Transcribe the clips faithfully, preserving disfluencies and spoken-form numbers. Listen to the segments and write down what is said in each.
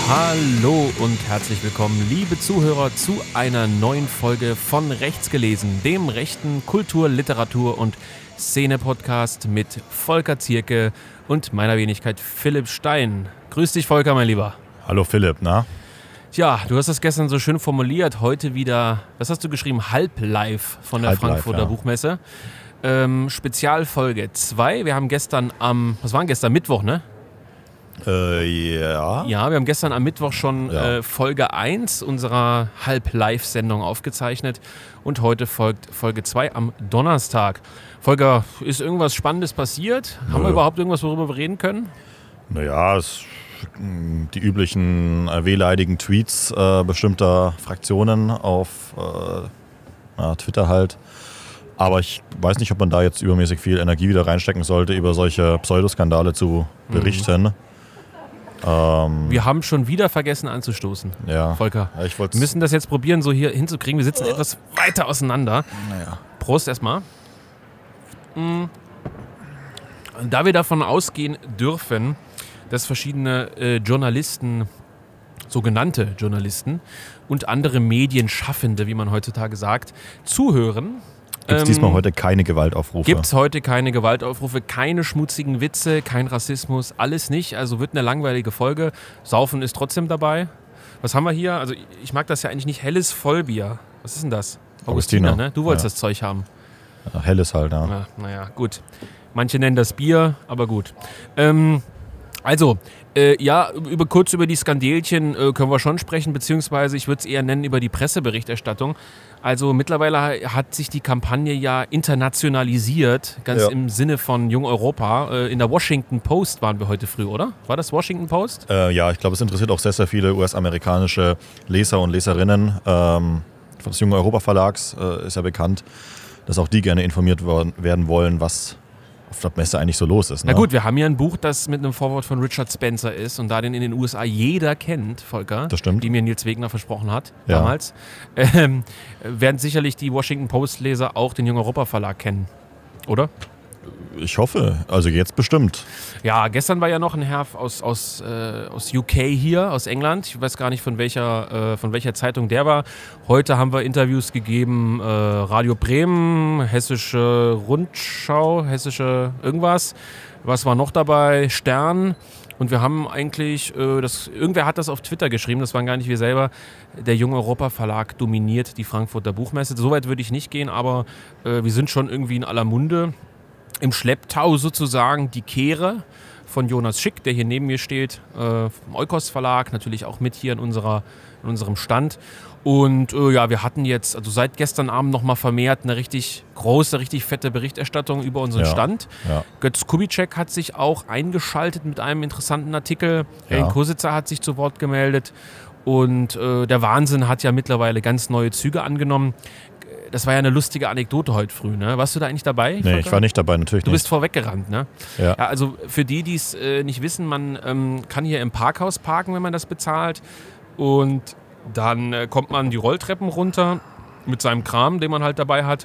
Hallo und herzlich willkommen, liebe Zuhörer, zu einer neuen Folge von Rechts gelesen, dem rechten Kultur-, Literatur- und Szene-Podcast mit Volker Zierke und meiner Wenigkeit Philipp Stein. Grüß dich, Volker, mein Lieber. Hallo Philipp, na? Tja, du hast das gestern so schön formuliert, heute wieder, was hast du geschrieben, Halblive von der Halblive, Frankfurter ja. Buchmesse. Ähm, Spezialfolge zwei, wir haben gestern am, was war denn gestern, Mittwoch, ne? Äh, ja. Ja, wir haben gestern am Mittwoch schon Ja. äh, Folge eins unserer Halb-Live-Sendung aufgezeichnet und heute folgt Folge zwei am Donnerstag. Volker, ist irgendwas Spannendes passiert? Haben Nö. wir überhaupt irgendwas, worüber wir reden können? Naja, es, die üblichen äh, wehleidigen Tweets äh, bestimmter Fraktionen auf äh, na, Twitter halt. Aber ich weiß nicht, ob man da jetzt übermäßig viel Energie wieder reinstecken sollte, über solche Pseudoskandale zu berichten. Mhm. Ähm, Wir haben schon wieder vergessen anzustoßen, ja. Volker. Ja, ich Wir müssen das jetzt probieren, so hier hinzukriegen. Wir sitzen etwas weiter auseinander. Naja. Prost erstmal. Mm. Da wir davon ausgehen dürfen, dass verschiedene äh, Journalisten, sogenannte Journalisten und andere Medienschaffende, wie man heutzutage sagt, zuhören, Gibt es ähm, diesmal heute keine Gewaltaufrufe? Gibt es heute keine Gewaltaufrufe, keine schmutzigen Witze, kein Rassismus, alles nicht. Also wird eine langweilige Folge. Saufen ist trotzdem dabei. Was haben wir hier? Also ich mag das ja eigentlich nicht. Helles Vollbier. Was ist denn das? Augustiner, Augustiner. ne? Du wolltest Ja. das Zeug haben. Ja, helles halt, ja. Ja, naja, gut. Manche nennen das Bier, aber gut. Ähm, also, äh, ja, über, kurz über die Skandelchen äh, können wir schon sprechen, beziehungsweise ich würde es eher nennen über die Presseberichterstattung. Also mittlerweile hat sich die Kampagne ja internationalisiert, ganz Ja. im Sinne von Jung Europa. Äh, in der Washington Post waren wir heute früh, oder? War das Washington Post? Äh, ja, ich glaube, es interessiert auch sehr, sehr viele U S-amerikanische Leser und Leserinnen. Ähm, des Jungen Europa Verlags äh, ist ja bekannt, dass auch die gerne informiert worden, werden wollen, was auf der Messe eigentlich so los ist. Ne? Na gut, wir haben hier ein Buch, das mit einem Vorwort von Richard Spencer ist und da den in den U S A jeder kennt, Volker, Das stimmt. die mir Nils Wegner versprochen hat Ja. damals, ähm, werden sicherlich die Washington Post-Leser auch den Jung Europa Verlag kennen, oder? Ich hoffe, also jetzt bestimmt. Ja, gestern war ja noch ein Herr aus, aus, äh, aus U K hier, aus England. Ich weiß gar nicht, von welcher, äh, von welcher Zeitung der war. Heute haben wir Interviews gegeben, äh, Radio Bremen, Hessische Rundschau, Hessische irgendwas. Was war noch dabei? Stern. Und wir haben eigentlich, äh, das, irgendwer hat das auf Twitter geschrieben, das waren gar nicht wir selber, der Jung Europa Verlag dominiert die Frankfurter Buchmesse. Soweit würde ich nicht gehen, aber äh, wir sind schon irgendwie in aller Munde. Im Schlepptau sozusagen die Kehre von Jonas Schick, der hier neben mir steht, äh, vom Eukos Verlag, natürlich auch mit hier in, unserer, in unserem Stand. Und äh, ja, wir hatten jetzt, also seit gestern Abend nochmal vermehrt eine richtig große, richtig fette Berichterstattung über unseren Ja. Stand. Ja. Götz Kubitschek hat sich auch eingeschaltet mit einem interessanten Artikel. Ja. Helen Kositzer hat sich zu Wort gemeldet. Und äh, der Wahnsinn hat ja mittlerweile ganz neue Züge angenommen. Das war ja eine lustige Anekdote heute früh, ne? Warst du da eigentlich dabei? Nee, Volker? ich war nicht dabei, natürlich Du nicht. bist vorweggerannt, ne? Ja. Ja, also für die, die es äh, nicht wissen, man ähm, kann hier im Parkhaus parken, wenn man das bezahlt. Und dann äh, kommt man die Rolltreppen runter mit seinem Kram, den man halt dabei hat.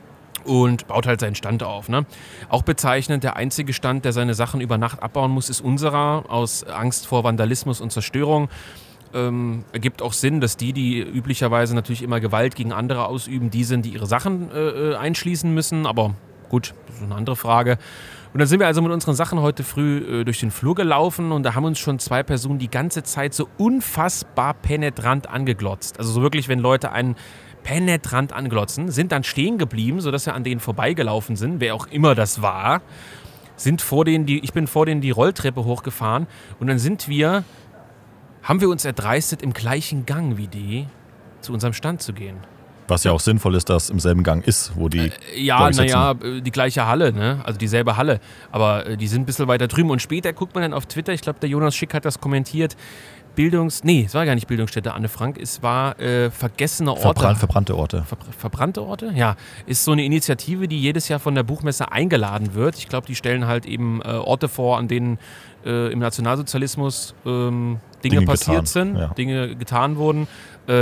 Und baut halt seinen Stand auf. Ne? Auch bezeichnend, der einzige Stand, der seine Sachen über Nacht abbauen muss, ist unserer, aus Angst vor Vandalismus und Zerstörung. Ähm, ergibt auch Sinn, dass die, die üblicherweise natürlich immer Gewalt gegen andere ausüben, die sind, die ihre Sachen äh, einschließen müssen. Aber gut, das ist eine andere Frage. Und dann sind wir also mit unseren Sachen heute früh äh, durch den Flur gelaufen und da haben uns schon zwei Personen die ganze Zeit so unfassbar penetrant angeglotzt. Also so wirklich, wenn Leute einen penetrant anglotzen, sind dann stehen geblieben, sodass wir an denen vorbeigelaufen sind, wer auch immer das war, sind vor denen die, ich bin vor denen die Rolltreppe hochgefahren und dann sind wir, haben wir uns erdreistet, im gleichen Gang wie die zu unserem Stand zu gehen. Was ja auch sinnvoll ist, dass im selben Gang ist, wo die. Äh, ja, glaub ich, sitzen. naja, die gleiche Halle, ne? Also dieselbe Halle. Aber äh, die sind ein bisschen weiter drüben. Und später guckt man dann auf Twitter, ich glaube, der Jonas Schick hat das kommentiert. Bildungs... Nee, es war gar nicht Bildungsstätte Anne Frank, es war äh, vergessene Orte. Verbrannt, verbrannte Orte. Ver verbrannte Orte? Ja. Ist so eine Initiative, die jedes Jahr von der Buchmesse eingeladen wird. Ich glaube, die stellen halt eben äh, Orte vor, an denen äh, im Nationalsozialismus ähm, Dinge, Dinge passiert getan, sind, ja. Dinge getan wurden. Äh,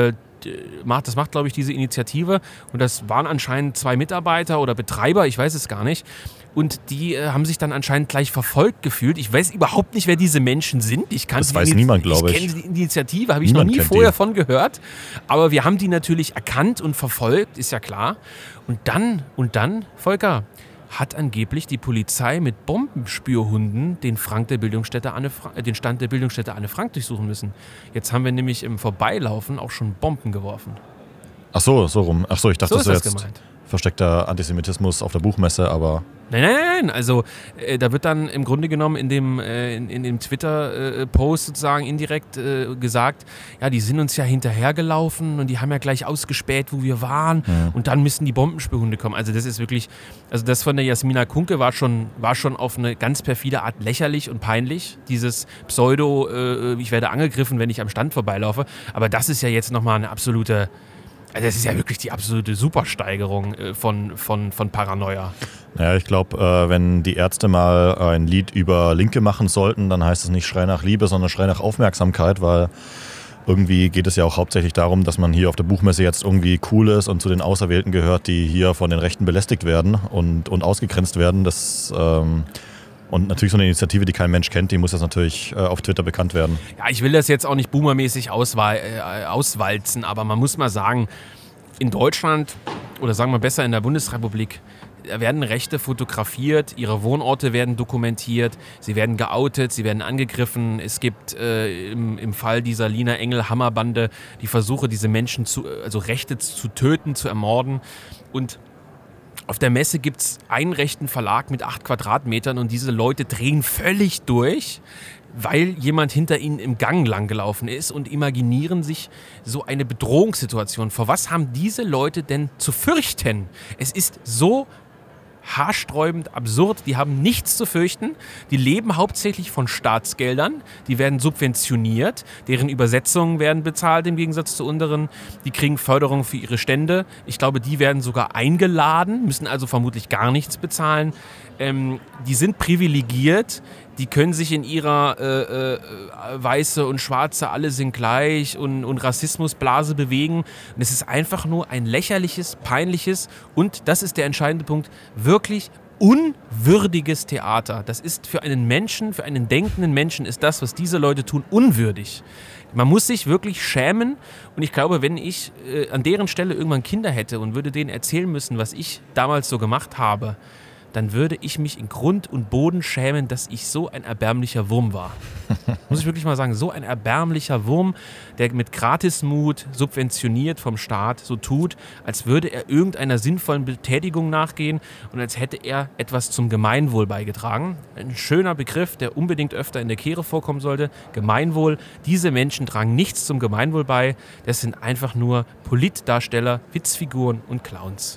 macht, das macht, glaube ich, diese Initiative. Und das waren anscheinend zwei Mitarbeiter oder Betreiber, ich weiß es gar nicht. Und die äh, haben sich dann anscheinend gleich verfolgt gefühlt. Ich weiß überhaupt nicht, wer diese Menschen sind. Ich das weiß niemand, glaube ich. Ich kenne die Initiative, habe ich noch nie vorher von gehört. Aber wir haben die natürlich erkannt und verfolgt, ist ja klar. Und dann, und dann, Volker, hat angeblich die Polizei mit Bombenspürhunden den, Frank der Bildungsstätte Anne Fra- äh, den Stand der Bildungsstätte Anne Frank durchsuchen müssen. Jetzt haben wir nämlich im Vorbeilaufen auch schon Bomben geworfen. Ach so, so rum. Ach so, ich dachte, So das ist wäre das jetzt gemeint. versteckter Antisemitismus auf der Buchmesse, aber... Nein, nein, nein, also äh, da wird dann im Grunde genommen in dem, äh, in, in dem Twitter-Post sozusagen indirekt äh, gesagt, ja, die sind uns ja hinterhergelaufen und die haben ja gleich ausgespäht, wo wir waren Ja. und dann müssen die Bombenspürhunde kommen. Also das ist wirklich, also das von der Jasmina Kunke war schon, war schon auf eine ganz perfide Art lächerlich und peinlich, dieses Pseudo, äh, ich werde angegriffen, wenn ich am Stand vorbeilaufe, aber das ist ja jetzt nochmal eine absolute... Also das ist ja wirklich die absolute Supersteigerung äh, von, von, von Paranoia. Naja, ich glaube, äh, wenn die Ärzte mal ein Lied über Linke machen sollten, dann heißt es nicht Schrei nach Liebe, sondern Schrei nach Aufmerksamkeit, weil irgendwie geht es ja auch hauptsächlich darum, dass man hier auf der Buchmesse jetzt irgendwie cool ist und zu den Auserwählten gehört, die hier von den Rechten belästigt werden und, und ausgegrenzt werden. Das... Ähm, Und natürlich so eine Initiative, die kein Mensch kennt, die muss jetzt natürlich äh, auf Twitter bekannt werden. Ja, ich will das jetzt auch nicht boomermäßig auswa- äh, auswalzen, aber man muss mal sagen, in Deutschland oder sagen wir besser in der Bundesrepublik, da werden Rechte fotografiert, ihre Wohnorte werden dokumentiert, sie werden geoutet, sie werden angegriffen. Es gibt äh, im, im Fall dieser Lina Engel-Hammer-Bande die Versuche, diese Menschen, zu, also Rechte zu töten, zu ermorden. Und auf der Messe gibt es einen rechten Verlag mit acht Quadratmetern und diese Leute drehen völlig durch, weil jemand hinter ihnen im Gang langgelaufen ist und imaginieren sich so eine Bedrohungssituation. Vor was haben diese Leute denn zu fürchten? Es ist so haarsträubend absurd, die haben nichts zu fürchten, die leben hauptsächlich von Staatsgeldern, die werden subventioniert, deren Übersetzungen werden bezahlt im Gegensatz zu unseren, die kriegen Förderung für ihre Stände, ich glaube, die werden sogar eingeladen, müssen also vermutlich gar nichts bezahlen, ähm, die sind privilegiert, die können sich in ihrer äh, äh, Weiße und Schwarze, alle sind gleich und, und Rassismusblase bewegen. Und es ist einfach nur ein lächerliches, peinliches und, das ist der entscheidende Punkt, wirklich unwürdiges Theater. Das ist für einen Menschen, für einen denkenden Menschen ist das, was diese Leute tun, unwürdig. Man muss sich wirklich schämen und ich glaube, wenn ich äh, an deren Stelle irgendwann Kinder hätte und würde denen erzählen müssen, was ich damals so gemacht habe, dann würde ich mich in Grund und Boden schämen, dass ich so ein erbärmlicher Wurm war. Muss ich wirklich mal sagen, so ein erbärmlicher Wurm, der mit Gratismut, subventioniert vom Staat, so tut, als würde er irgendeiner sinnvollen Betätigung nachgehen und als hätte er etwas zum Gemeinwohl beigetragen. Ein schöner Begriff, der unbedingt öfter in der Kehre vorkommen sollte. Gemeinwohl. Diese Menschen tragen nichts zum Gemeinwohl bei. Das sind einfach nur Politdarsteller, Witzfiguren und Clowns.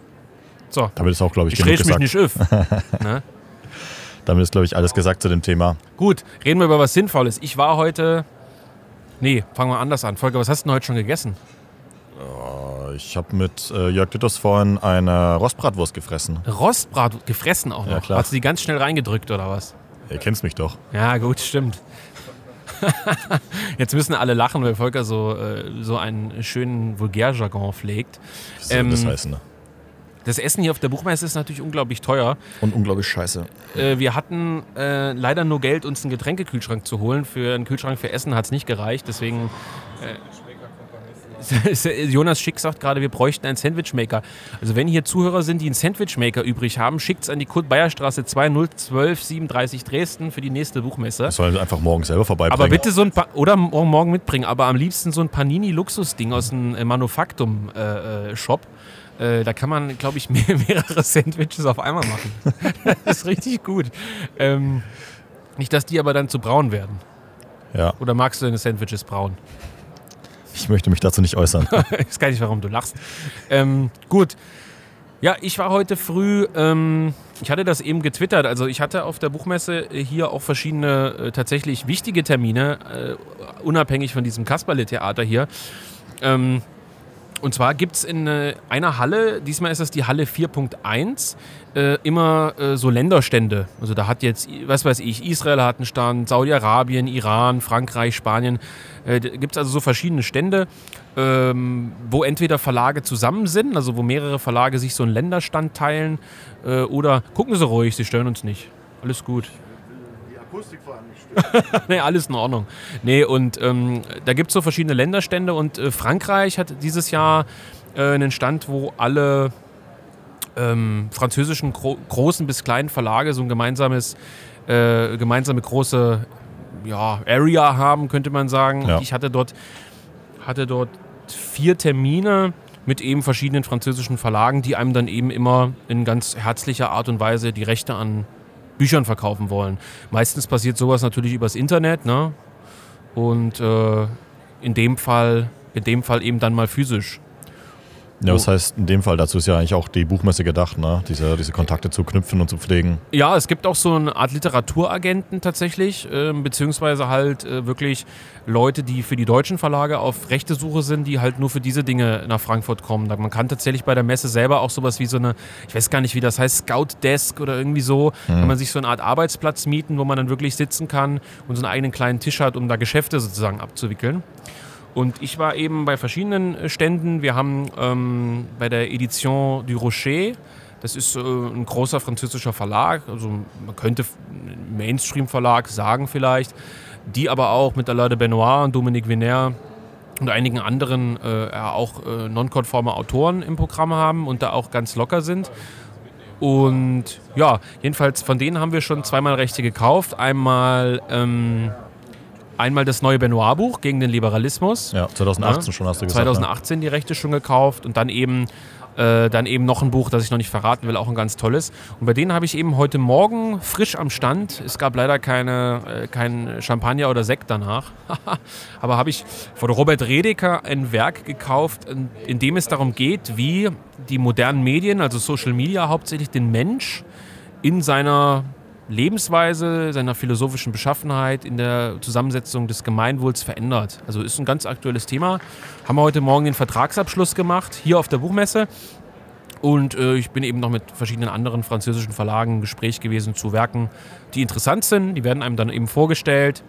So. Damit ist auch, glaube ich, ich genug gesagt. Ich mich nicht öff. Ne? Damit ist, glaube ich, alles gesagt zu dem Thema. Gut, reden wir über was Sinnvolles. Ich war heute... Nee, fangen wir anders an. Volker, was hast du denn heute schon gegessen? Uh, ich habe mit äh, Jörg Dittos vorhin eine Rostbratwurst gefressen. Rostbrat gefressen auch noch? Ja, klar. Hast du die ganz schnell reingedrückt oder was? Ihr kennt mich doch. Ja, gut, stimmt. Jetzt müssen alle lachen, weil Volker so, äh, so einen schönen Vulgärjargon pflegt. Was soll das heißen, ne? Das Essen hier auf der Buchmesse ist natürlich unglaublich teuer. Und unglaublich scheiße. Äh, wir hatten äh, leider nur Geld, uns einen Getränkekühlschrank zu holen. Für einen Kühlschrank für Essen hat es nicht gereicht. Deswegen... Äh, Jonas Schick sagt gerade, wir bräuchten einen Sandwichmaker. Also wenn hier Zuhörer sind, die einen Sandwichmaker übrig haben, schickt es an die Kurt-Bayer-Straße zwei null eins zwei siebenunddreißig Dresden für die nächste Buchmesse. Das sollen sie einfach morgen selber vorbeibringen. Aber bitte so ein pa- oder morgen mitbringen, aber am liebsten so ein Panini-Luxus-Ding aus dem äh, Manufaktum-Shop. Äh, äh, da kann man, glaube ich, mehr, mehrere Sandwiches auf einmal machen. Das ist richtig gut. Ähm, nicht, dass die aber dann zu braun werden. Ja. Oder magst du deine Sandwiches braun? Ich möchte mich dazu nicht äußern. Ich weiß gar nicht, warum du lachst. Ähm, gut. Ja, ich war heute früh, ähm, ich hatte das eben getwittert, also ich hatte auf der Buchmesse hier auch verschiedene äh, tatsächlich wichtige Termine, äh, unabhängig von diesem Kasperle-Theater hier. Ähm, Und zwar gibt es in äh, einer Halle, diesmal ist das die Halle vier Punkt eins, äh, immer äh, so Länderstände. Also da hat jetzt, was weiß ich, Israel hat einen Stand, Saudi-Arabien, Iran, Frankreich, Spanien. Äh, gibt es also so verschiedene Stände, ähm, wo entweder Verlage zusammen sind, also wo mehrere Verlage sich so einen Länderstand teilen, äh, oder gucken Sie ruhig, Sie stören uns nicht. Alles gut. Die Akustik vor allem nicht stört. Nee, alles in Ordnung. Nee, und ähm, da gibt es so verschiedene Länderstände und äh, Frankreich hat dieses Jahr äh, einen Stand, wo alle ähm, französischen gro- großen bis kleinen Verlage so ein gemeinsames, äh, gemeinsame große ja, Area haben, könnte man sagen. Ja. Und ich hatte dort, hatte dort vier Termine mit eben verschiedenen französischen Verlagen, die einem dann eben immer in ganz herzlicher Art und Weise die Rechte an Büchern verkaufen wollen. Meistens passiert sowas natürlich übers Internet, ne? Und äh, in dem Fall, in dem Fall eben dann mal physisch. Ja, das heißt, in dem Fall, dazu ist ja eigentlich auch die Buchmesse gedacht, ne? diese, diese Kontakte zu knüpfen und zu pflegen. Ja, es gibt auch so eine Art Literaturagenten tatsächlich, äh, beziehungsweise halt äh, wirklich Leute, die für die deutschen Verlage auf Rechtesuche sind, die halt nur für diese Dinge nach Frankfurt kommen. Man kann tatsächlich bei der Messe selber auch sowas wie so eine, ich weiß gar nicht, wie das heißt, Scout Desk oder irgendwie so, mhm. kann man sich so eine Art Arbeitsplatz mieten, wo man dann wirklich sitzen kann und so einen eigenen kleinen Tisch hat, um da Geschäfte sozusagen abzuwickeln. Und ich war eben bei verschiedenen Ständen. Wir haben ähm, bei der Edition du Rocher, das ist äh, ein großer französischer Verlag, also man könnte ein Mainstream-Verlag sagen vielleicht, die aber auch mit Alain de Benoit und Dominique Vénère und einigen anderen äh, auch äh, nonkonforme Autoren im Programm haben und da auch ganz locker sind. Und ja, jedenfalls von denen haben wir schon zweimal Rechte gekauft. Einmal... Ähm, Einmal das neue Benoit-Buch gegen den Liberalismus. Ja, zweitausendachtzehn ja, schon hast du gesagt. zweitausendachtzehn die Rechte schon gekauft und dann eben, äh, dann eben noch ein Buch, das ich noch nicht verraten will, auch ein ganz tolles. Und bei denen habe ich eben heute Morgen frisch am Stand, es gab leider keine, äh, kein Champagner oder Sekt danach, aber habe ich von Robert Redeker ein Werk gekauft, in, in dem es darum geht, wie die modernen Medien, also Social Media, hauptsächlich den Mensch in seiner Lebensweise, seiner philosophischen Beschaffenheit, in der Zusammensetzung des Gemeinwohls verändert. Also ist ein ganz aktuelles Thema. Haben wir heute Morgen den Vertragsabschluss gemacht, hier auf der Buchmesse. Und äh, ich bin eben noch mit verschiedenen anderen französischen Verlagen im Gespräch gewesen zu Werken, die interessant sind. Die werden einem dann eben vorgestellt.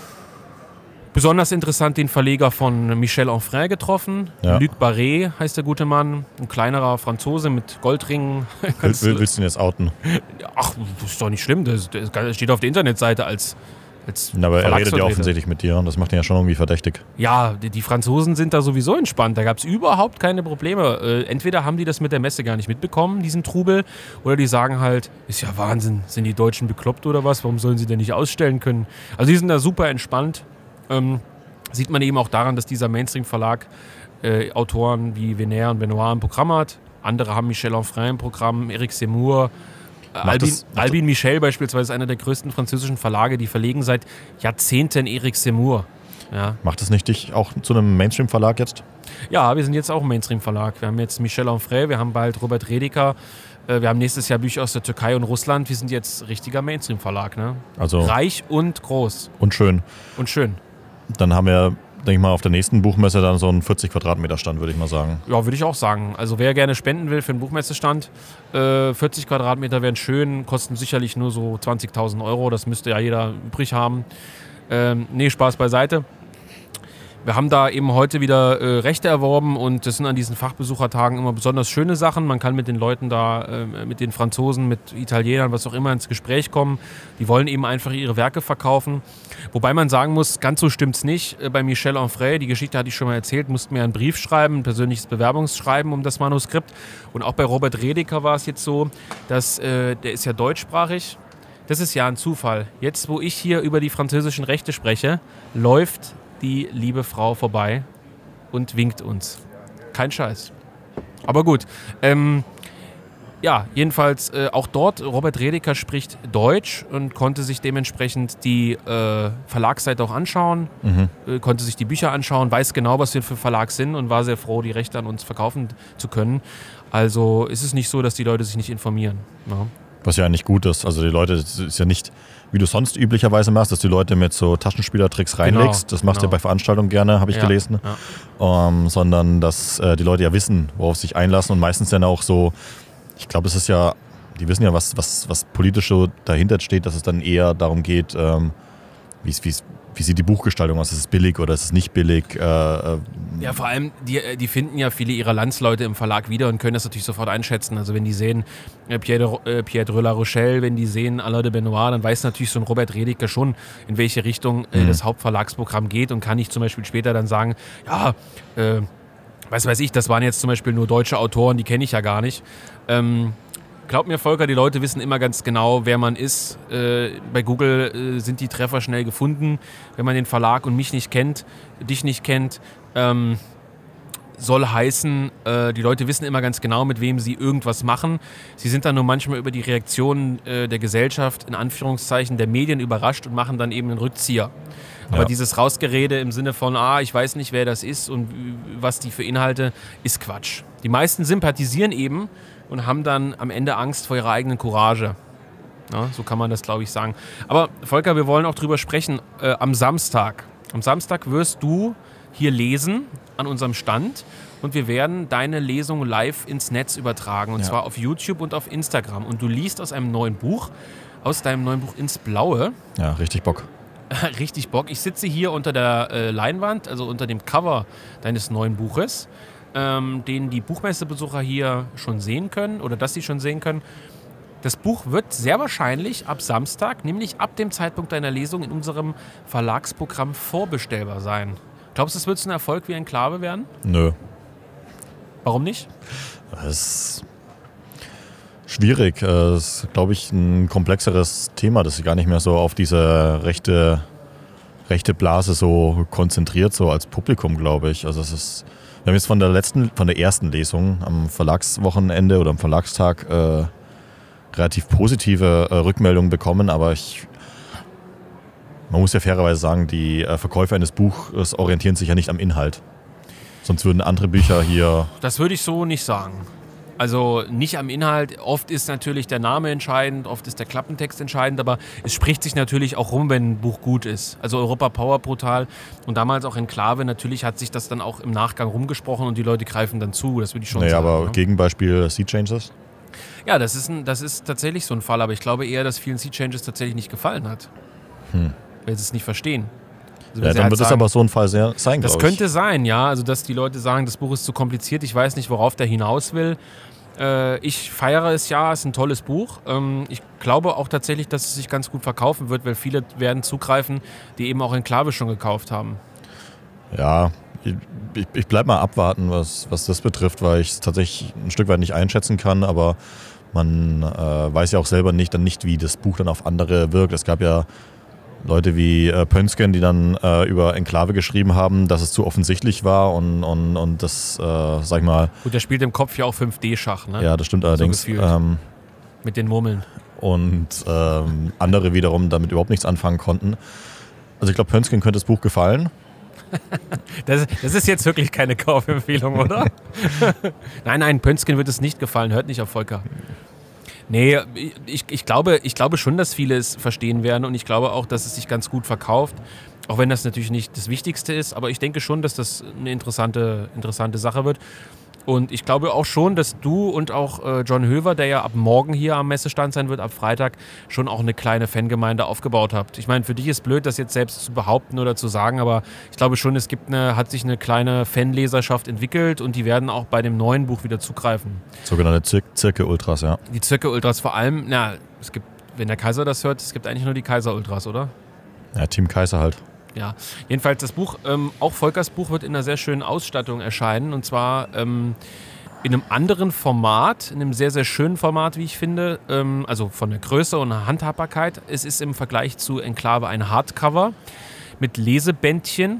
Besonders interessant den Verleger von Michel Onfray getroffen. Ja. Luc Barré heißt der gute Mann. Ein kleinerer Franzose mit Goldringen. Will, will, willst du ihn jetzt outen? Ach, das ist doch nicht schlimm. Das, das steht auf der Internetseite als, als Na, aber er redet ja offensichtlich mit dir und das macht ihn ja schon irgendwie verdächtig. Ja, die, die Franzosen sind da sowieso entspannt. Da gab es überhaupt keine Probleme. Äh, entweder haben die das mit der Messe gar nicht mitbekommen, diesen Trubel, oder die sagen halt, ist ja Wahnsinn, sind die Deutschen bekloppt oder was? Warum sollen sie denn nicht ausstellen können? Also die sind da super entspannt. Ähm, sieht man eben auch daran, dass dieser Mainstream-Verlag äh, Autoren wie Vénère und Benoit im Programm hat. Andere haben Michel Onfray im Programm, Eric Zemmour. Äh, Albin, das, Albin Michel beispielsweise ist einer der größten französischen Verlage, die verlegen seit Jahrzehnten Eric Zemmour. Ja. Macht es nicht dich auch zu einem Mainstream-Verlag jetzt? Ja, wir sind jetzt auch ein Mainstream-Verlag. Wir haben jetzt Michel Onfray, wir haben bald Robert Redeker, äh, wir haben nächstes Jahr Bücher aus der Türkei und Russland. Wir sind jetzt richtiger Mainstream-Verlag. Ne? Also reich und groß. Und schön. Und schön. Dann haben wir, denke ich mal, auf der nächsten Buchmesse dann so einen vierzig Quadratmeter Stand, würde ich mal sagen. Ja, würde ich auch sagen. Also wer gerne spenden will für einen Buchmessestand, äh, vierzig Quadratmeter wären schön, kosten sicherlich nur so zwanzigtausend Euro. Das müsste ja jeder übrig haben. Ähm, nee, Spaß beiseite. Wir haben da eben heute wieder äh, Rechte erworben und das sind an diesen Fachbesuchertagen immer besonders schöne Sachen. Man kann mit den Leuten da, äh, mit den Franzosen, mit Italienern, was auch immer, ins Gespräch kommen. Die wollen eben einfach ihre Werke verkaufen. Wobei man sagen muss, ganz so stimmt's nicht. Äh, bei Michel Onfray, die Geschichte hatte ich schon mal erzählt, mussten wir einen Brief schreiben, ein persönliches Bewerbungsschreiben um das Manuskript. Und auch bei Robert Redeker war es jetzt so, dass äh, der ist ja deutschsprachig. Das ist ja ein Zufall. Jetzt, wo ich hier über die französischen Rechte spreche, läuft die liebe Frau vorbei und winkt uns. Kein Scheiß. Aber gut. Ähm, ja, jedenfalls äh, auch dort, Robert Redeker spricht Deutsch und konnte sich dementsprechend die äh, Verlagsseite auch anschauen, mhm. äh, konnte sich die Bücher anschauen, weiß genau, was wir für Verlag sind und war sehr froh, die Rechte an uns verkaufen zu können. Also ist es nicht so, dass die Leute sich nicht informieren. Ja. Was ja eigentlich gut ist. Also die Leute, das ist ja nicht, wie du sonst üblicherweise machst, dass du die Leute mit so Taschenspielertricks reinlegst. Genau, das machst du genau. ja bei Veranstaltungen gerne, habe ich Ja, gelesen. ja. Ähm, sondern dass äh, die Leute ja wissen, worauf sie sich einlassen und meistens dann auch so, ich glaube, es ist ja, die wissen ja, was, was, was politisch so dahinter steht, dass es dann eher darum geht, ähm, wie es, wie es Wie sieht die Buchgestaltung aus? Ist es billig oder ist es nicht billig? Äh, äh, Ja, vor allem, die, die finden ja viele ihrer Landsleute im Verlag wieder und können das natürlich sofort einschätzen. Also wenn die sehen äh, Pierre, de, äh, Pierre de la Rochelle, wenn die sehen Alain de Benoit, dann weiß natürlich so ein Robert Redeker schon, in welche Richtung äh, Mhm. das Hauptverlagsprogramm geht und kann nicht zum Beispiel später dann sagen, ja, äh, was weiß ich, das waren jetzt zum Beispiel nur deutsche Autoren, die kenne ich ja gar nicht. Ähm, Glaub mir, Volker, die Leute wissen immer ganz genau, wer man ist. Äh, bei Google äh, sind die Treffer schnell gefunden. Wenn man den Verlag und mich nicht kennt, dich nicht kennt, ähm, soll heißen, äh, die Leute wissen immer ganz genau, mit wem sie irgendwas machen. Sie sind dann nur manchmal über die Reaktionen äh, der Gesellschaft, in Anführungszeichen, der Medien überrascht und machen dann eben einen Rückzieher. Aber Ja. dieses Rausgerede im Sinne von, ah, ich weiß nicht, wer das ist und was die für Inhalte, ist Quatsch. Die meisten sympathisieren eben und haben dann am Ende Angst vor ihrer eigenen Courage. Ja, so kann man das, glaube ich, sagen. Aber Volker, wir wollen auch drüber sprechen. Äh, am Samstag. Am Samstag wirst du hier lesen an unserem Stand und wir werden deine Lesung live ins Netz übertragen. Und Ja. zwar auf YouTube und auf Instagram. Und du liest aus einem neuen Buch, aus deinem neuen Buch Ins Blaue. ja, richtig Bock. Richtig Bock. Ich sitze hier unter der äh, Leinwand, also unter dem Cover deines neuen Buches, ähm, den die Buchmessebesucher hier schon sehen können oder dass sie schon sehen können. Das Buch wird sehr wahrscheinlich ab Samstag, nämlich ab dem Zeitpunkt deiner Lesung, in unserem Verlagsprogramm vorbestellbar sein. Glaubst du, es wird so ein Erfolg wie Enklave werden? Nö. Warum nicht? Das ist schwierig. Das ist, glaube ich, ein komplexeres Thema, das sich gar nicht mehr so auf diese rechte, rechte Blase so konzentriert, so als Publikum, glaube ich. Also es ist, wir haben jetzt von der letzten, von der ersten Lesung am Verlagswochenende oder am Verlagstag äh, relativ positive äh, Rückmeldungen bekommen, aber ich, man muss ja fairerweise sagen, die äh, Verkäufer eines Buches orientieren sich ja nicht am Inhalt. Sonst würden andere Bücher hier... Das würde ich so nicht sagen. Also nicht am Inhalt. Oft ist natürlich der Name entscheidend, oft ist der Klappentext entscheidend, aber es spricht sich natürlich auch rum, wenn ein Buch gut ist. Also Europa Power brutal und damals auch Enklave, natürlich hat sich das dann auch im Nachgang rumgesprochen und die Leute greifen dann zu, das würde ich schon Naja, sagen. aber ne? Gegenbeispiel Sea Changes. Ja, das ist, ein, das ist tatsächlich so ein Fall, aber ich glaube eher, dass vielen Sea Changes tatsächlich nicht gefallen hat. Hm. Weil sie es nicht verstehen. Also, wenn Ja, sie dann halt wird es sagen, aber so ein Fall sehr, sein, das glaube ich. könnte sein, ja. Also, dass die Leute sagen, das Buch ist zu kompliziert, ich weiß nicht, worauf der hinaus will. Äh, ich feiere es ja, es ist ein tolles Buch. Ähm, ich glaube auch tatsächlich, dass es sich ganz gut verkaufen wird, weil viele werden zugreifen, die eben auch Enklave schon gekauft haben. Ja, ich, ich, ich bleibe mal abwarten, was, was das betrifft, weil ich es tatsächlich ein Stück weit nicht einschätzen kann, aber man äh, weiß ja auch selber nicht, dann nicht, wie das Buch dann auf andere wirkt. Es gab ja Leute wie äh, Pönsken, die dann äh, über Enklave geschrieben haben, dass es zu offensichtlich war und, und, und das, äh, sag ich mal, Gut, der spielt im Kopf ja auch fünf D-Schach, ne? ja, das stimmt allerdings. gefühlt. Ähm, Mit den Murmeln. und ähm, andere wiederum damit überhaupt nichts anfangen konnten. Also ich glaube, Pönsken könnte das Buch gefallen. Das, das ist jetzt wirklich keine Kaufempfehlung, oder? Nein, nein, Pönsken wird es nicht gefallen. Hört nicht auf Volker. Nee, ich, ich, glaube, ich glaube schon, dass viele es verstehen werden und ich glaube auch, dass es sich ganz gut verkauft. Auch wenn das natürlich nicht das Wichtigste ist, aber ich denke schon, dass das eine interessante, interessante Sache wird. Und ich glaube auch schon, dass du und auch äh, John Höver, der ja ab morgen hier am Messestand sein wird, ab Freitag, schon auch eine kleine Fangemeinde aufgebaut habt. Ich meine, für dich ist blöd, das jetzt selbst zu behaupten oder zu sagen, aber ich glaube schon, es gibt eine, hat sich eine kleine Fanleserschaft entwickelt und die werden auch bei dem neuen Buch wieder zugreifen. Sogenannte Zir Zirke-Ultras, ja. Die Zirke-Ultras vor allem, na, es gibt, wenn der Kaiser das hört, es gibt eigentlich nur die Kaiser-Ultras, oder? Ja, Team Kaiser halt. Ja, jedenfalls das Buch, ähm, auch Volkers Buch wird in einer sehr schönen Ausstattung erscheinen und zwar ähm, in einem anderen Format, in einem sehr, sehr schönen Format, wie ich finde, ähm, also von der Größe und Handhabbarkeit. Es ist im Vergleich zu Enklave ein Hardcover mit Lesebändchen,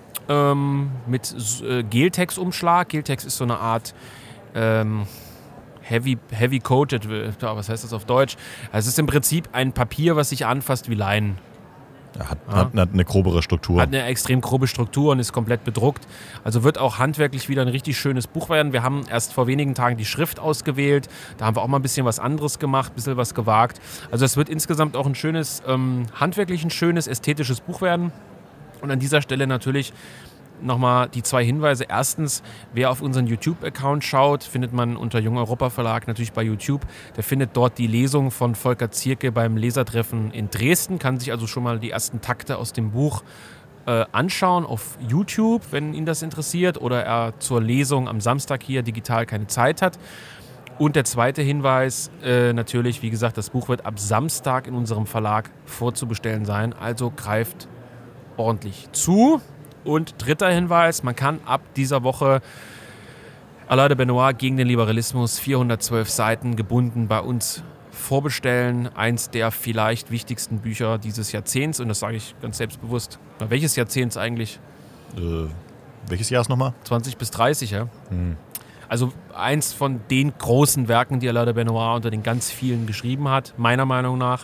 ähm, mit äh, Geltex-Umschlag. Geltex ist so eine Art ähm, heavy, heavy coated, was heißt das auf Deutsch? Also es ist im Prinzip ein Papier, was sich anfasst wie Leinen. Ja, hat, Ja. hat, hat eine grobere Struktur. Hat eine extrem grobe Struktur und ist komplett bedruckt. Also wird auch handwerklich wieder ein richtig schönes Buch werden. Wir haben erst vor wenigen Tagen die Schrift ausgewählt. Da haben wir auch mal ein bisschen was anderes gemacht, ein bisschen was gewagt. Also es wird insgesamt auch ein schönes, ähm, handwerklich ein schönes, ästhetisches Buch werden. Und an dieser Stelle natürlich nochmal die zwei Hinweise. Erstens, wer auf unseren YouTube-Account schaut, findet man unter Jung Europa Verlag natürlich bei YouTube. Der findet dort die Lesung von Volker Zierke beim Lesertreffen in Dresden. Kann sich also schon mal die ersten Takte aus dem Buch äh, anschauen auf YouTube, wenn ihn das interessiert. Oder er zur Lesung am Samstag hier digital keine Zeit hat. Und der zweite Hinweis, äh, natürlich, wie gesagt, das Buch wird ab Samstag in unserem Verlag vorzubestellen sein. Also greift ordentlich zu. Und dritter Hinweis, man kann ab dieser Woche Alain de Benoist gegen den Liberalismus, vierhundertzwölf Seiten gebunden, bei uns vorbestellen. Eins der vielleicht wichtigsten Bücher dieses Jahrzehnts. Und das sage ich ganz selbstbewusst. Na, welches Jahrzehnts eigentlich? Äh, welches Jahr ist nochmal? zwanzig bis dreißig, ja. Hm. Also eins von den großen Werken, die Alain de Benoist unter den ganz vielen geschrieben hat, meiner Meinung nach.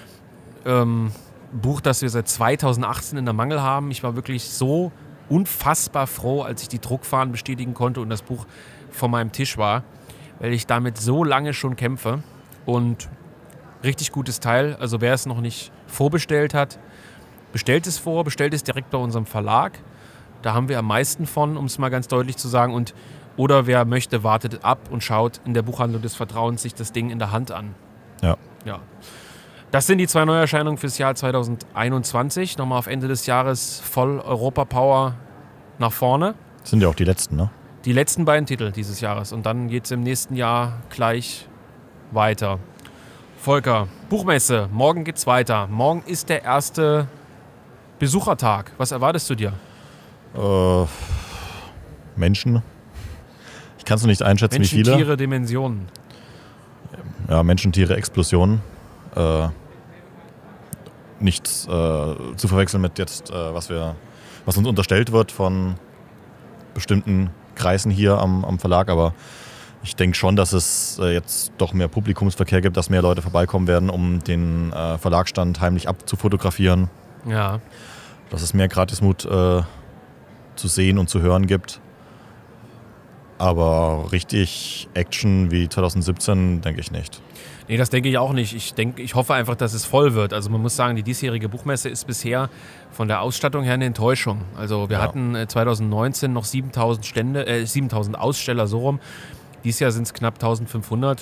Ähm, Buch, das wir seit zweitausendachtzehn in der Mangel haben. Ich war wirklich so unfassbar froh, als ich die Druckfahnen bestätigen konnte und das Buch vor meinem Tisch war, weil ich damit so lange schon kämpfe. Und richtig gutes Teil. Also wer es noch nicht vorbestellt hat, bestellt es vor, bestellt es direkt bei unserem Verlag. Da haben wir am meisten von, um es mal ganz deutlich zu sagen. Und oder wer möchte, wartet ab und schaut in der Buchhandlung des Vertrauens sich das Ding in der Hand an. Ja. Ja. Das sind die zwei Neuerscheinungen fürs Jahr zweitausendeinundzwanzig. Nochmal auf Ende des Jahres voll Europa-Power nach vorne. Das sind ja auch die letzten, ne? Die letzten beiden Titel dieses Jahres. Und dann geht es im nächsten Jahr gleich weiter. Volker, Buchmesse, morgen geht's weiter. Morgen ist der erste Besuchertag. Was erwartest du dir? Äh, Menschen. Ich kann es noch nicht einschätzen, Menschen, wie viele. Tiere, Dimensionen. Ja, Menschen, Tiere, Explosionen. Äh, nichts äh, zu verwechseln mit jetzt, äh, was wir, was uns unterstellt wird von bestimmten Kreisen hier am, am Verlag, aber ich denke schon, dass es äh, jetzt doch mehr Publikumsverkehr gibt, dass mehr Leute vorbeikommen werden, um den äh, Verlagsstand heimlich abzufotografieren, Ja. dass es mehr Gratismut äh, zu sehen und zu hören gibt. Aber richtig Action wie zweitausendsiebzehn denke ich nicht. Nee, das denke ich auch nicht. Ich, denk, ich hoffe einfach, dass es voll wird. Also man muss sagen, die diesjährige Buchmesse ist bisher von der Ausstattung her eine Enttäuschung. Also wir Ja. hatten äh, zweitausendneunzehn noch siebentausend Stände, äh, siebentausend Aussteller, so rum. Dieses Jahr sind es knapp eintausendfünfhundert.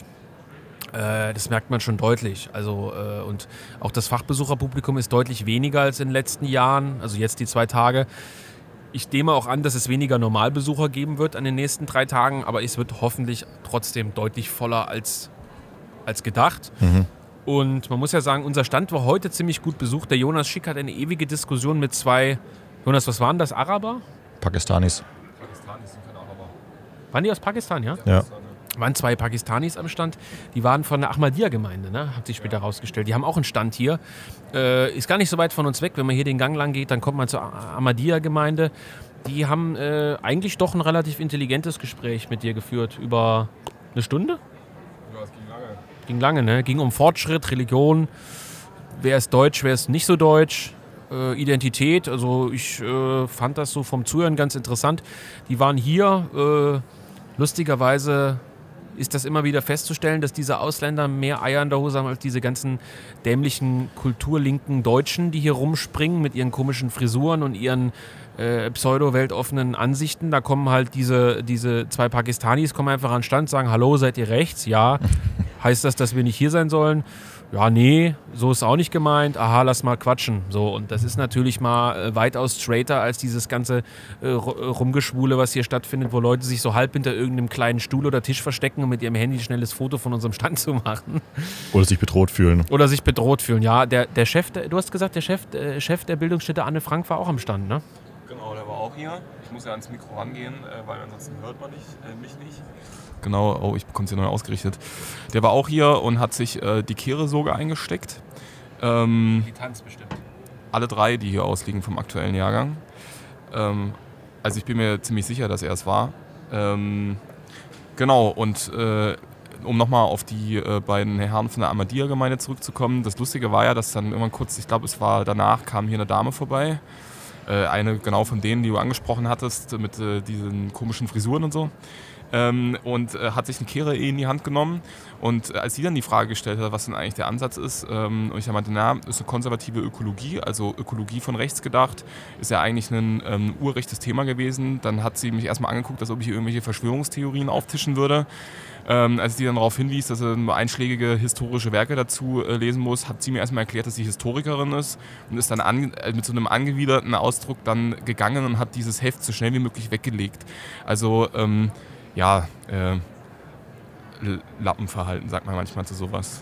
Äh, das merkt man schon deutlich. Also, äh, und auch das Fachbesucherpublikum ist deutlich weniger als in den letzten Jahren. Also jetzt die zwei Tage. Ich nehme auch an, dass es weniger Normalbesucher geben wird an den nächsten drei Tagen, aber es wird hoffentlich trotzdem deutlich voller als, als gedacht. Mhm. Und man muss ja sagen, unser Stand war heute ziemlich gut besucht. Der Jonas Schick hat eine ewige Diskussion mit zwei, Jonas, was waren das, Araber? Pakistanis. Pakistanis sind keine Araber. Waren die aus Pakistan, ja? Ja. Waren zwei Pakistanis am Stand. Die waren von der Ahmadiyya-Gemeinde, ne? Hat sich später rausgestellt. Die haben auch einen Stand hier. Äh, ist gar nicht so weit von uns weg. Wenn man hier den Gang lang geht, dann kommt man zur Ahmadiyya-Gemeinde. Die haben äh, eigentlich doch ein relativ intelligentes Gespräch mit dir geführt. Über eine Stunde? Ja, es ging lange. Ging lange, ne? Ging um Fortschritt, Religion. Wer ist deutsch, wer ist nicht so deutsch. Äh, Identität. Also ich äh, fand das so vom Zuhören ganz interessant. Die waren hier. Äh, lustigerweise ist das immer wieder festzustellen, dass diese Ausländer mehr Eier in der Hose haben als diese ganzen dämlichen kulturlinken Deutschen, die hier rumspringen mit ihren komischen Frisuren und ihren äh, pseudo-weltoffenen Ansichten. Da kommen halt diese, diese zwei Pakistanis, kommen einfach an den Stand, sagen, hallo, seid ihr rechts? Ja. Heißt das, dass wir nicht hier sein sollen? Ja, nee, so ist auch nicht gemeint. Aha, lass mal quatschen. So, und das ist natürlich mal äh, weitaus straighter als dieses ganze äh, Rumgeschwule, was hier stattfindet, wo Leute sich so halb hinter irgendeinem kleinen Stuhl oder Tisch verstecken, um mit ihrem Handy ein schnelles Foto von unserem Stand zu machen. Oder sich bedroht fühlen. Oder sich bedroht fühlen. Ja, der, der Chef, der, du hast gesagt, der Chef, äh, Chef der Bildungsstätte Anne Frank war auch am Stand, ne? Genau, der war auch hier. Ich muss ja ans Mikro rangehen, äh, weil ansonsten hört man nicht, äh, mich nicht. Genau, oh, ich bekomme es hier neu ausgerichtet. Der war auch hier und hat sich äh, die Kehresoge eingesteckt. Ähm, Die Tanz bestimmt. alle drei, die hier ausliegen vom aktuellen Jahrgang. Ähm, also ich bin mir ziemlich sicher, dass er es war. Ähm, genau, und äh, um nochmal auf die äh, beiden Herren von der Ahmadiyya-Gemeinde zurückzukommen, das Lustige war ja, dass dann irgendwann kurz, ich glaube, es war danach, kam hier eine Dame vorbei. Äh, eine genau von denen, die du angesprochen hattest, mit äh, diesen komischen Frisuren und so. Ähm, und äh, hat sich eine Kehre in die Hand genommen. Und äh, als sie dann die Frage gestellt hat, was denn eigentlich der Ansatz ist, ähm, und ich meinte, na, ist eine konservative Ökologie, also Ökologie von rechts gedacht, ist ja eigentlich ein ähm, urrechtes Thema gewesen. Dann hat sie mich erstmal angeguckt, als ob ich irgendwelche Verschwörungstheorien auftischen würde. Ähm, als sie dann darauf hinwies, dass sie einschlägige historische Werke dazu äh, lesen muss, hat sie mir erstmal erklärt, dass sie Historikerin ist und ist dann an, äh, mit so einem angewiderten Ausdruck dann gegangen und hat dieses Heft so schnell wie möglich weggelegt. Also, ähm, ja, äh, Lappenverhalten, sagt man manchmal zu sowas.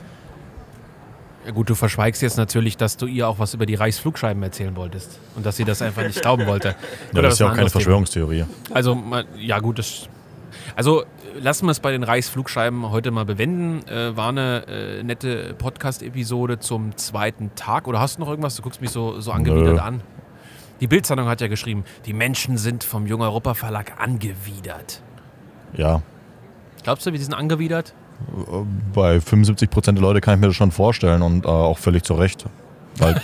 Ja gut, du verschweigst jetzt natürlich, dass du ihr auch was über die Reichsflugscheiben erzählen wolltest und dass sie das einfach nicht glauben wollte. Ja, das ist ja auch keine Verschwörungstheorie. Also, ja gut, das... Also lassen wir es bei den Reichsflugscheiben heute mal bewenden. Äh, war eine äh, nette Podcast-Episode zum zweiten Tag. Oder hast du noch irgendwas? Du guckst mich so, so angewidert Nö. an. Die Bild-Zeitung hat ja geschrieben, die Menschen sind vom Jung Europa Verlag angewidert. Ja. Glaubst du, wir sind angewidert? Bei fünfundsiebzig Prozent der Leute kann ich mir das schon vorstellen und äh, auch völlig zu Recht. Weil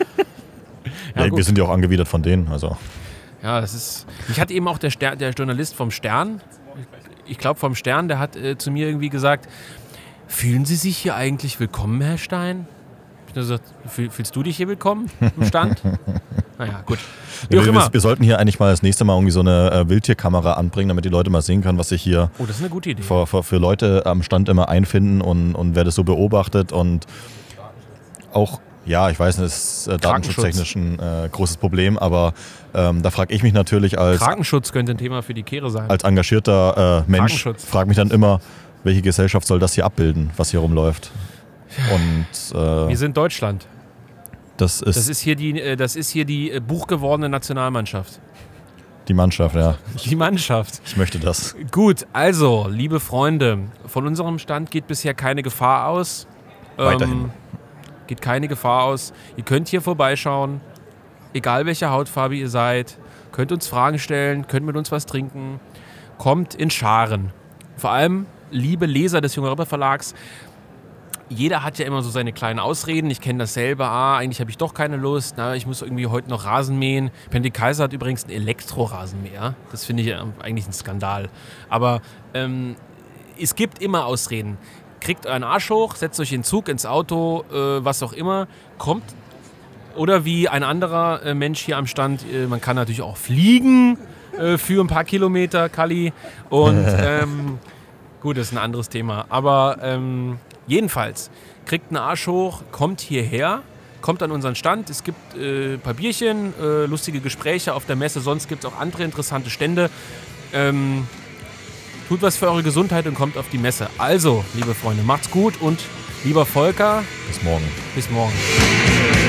ja, ja, wir sind ja auch angewidert von denen. Also. Ja, das ist. Mich hat eben auch der, Stern, der Journalist vom Stern, ich glaube vom Stern, der hat äh, zu mir irgendwie gesagt, fühlen Sie sich hier eigentlich willkommen, Herr Stein? Ich habe gesagt, fühl, fühlst du dich hier willkommen im Stand? Naja, gut. Wie Ja, auch wir, immer. wir sollten hier eigentlich mal das nächste Mal irgendwie so eine äh, Wildtierkamera anbringen, damit die Leute mal sehen können, was sich hier Oh, das ist eine gute Idee. für, für, für Leute am Stand immer einfinden und, und wer das so beobachtet und auch, ja, ich weiß nicht, das ist äh, datenschutztechnisch ein äh, großes Problem, aber ähm, da frage ich mich natürlich als, Krankenschutz könnte ein Thema für die Kehre sein. als engagierter äh, Mensch, Krankenschutz. frage mich dann immer, welche Gesellschaft soll das hier abbilden, was hier rumläuft. Und äh, Wir sind Deutschland. das, ist Das ist hier die, äh, das ist hier die äh, buchgewordene Nationalmannschaft. die Mannschaft, ja. Die Mannschaft. Ich möchte das. Gut, also, liebe Freunde, von unserem Stand geht bisher keine Gefahr aus. Weiterhin. Geht keine Gefahr aus. Ihr könnt hier vorbeischauen, egal welche Hautfarbe ihr seid. Könnt uns Fragen stellen, könnt mit uns was trinken. Kommt in Scharen. Vor allem, liebe Leser des Jung Europa Verlags, jeder hat ja immer so seine kleinen Ausreden. Ich kenne das selber. Ah, eigentlich habe ich doch keine Lust. Na, ich muss irgendwie heute noch Rasen mähen. Pendy Kaiser hat übrigens einen Elektrorasenmäher. Das finde ich eigentlich ein Skandal. Aber ähm, es gibt immer Ausreden. Kriegt euren Arsch hoch, setzt euch in den Zug, ins Auto, äh, was auch immer. Kommt. Oder wie ein anderer äh, Mensch hier am Stand. Äh, man kann natürlich auch fliegen äh, für ein paar Kilometer, Kalli. Und ähm, gut, das ist ein anderes Thema. Aber ähm, jedenfalls, kriegt einen Arsch hoch, kommt hierher, kommt an unseren Stand. Es gibt äh, ein paar Bierchen, äh, lustige Gespräche auf der Messe. Sonst gibt es auch andere interessante Stände. Ähm, tut was für eure Gesundheit und kommt auf die Messe. Also, liebe Freunde, macht's gut und lieber Volker, Bis morgen. bis morgen.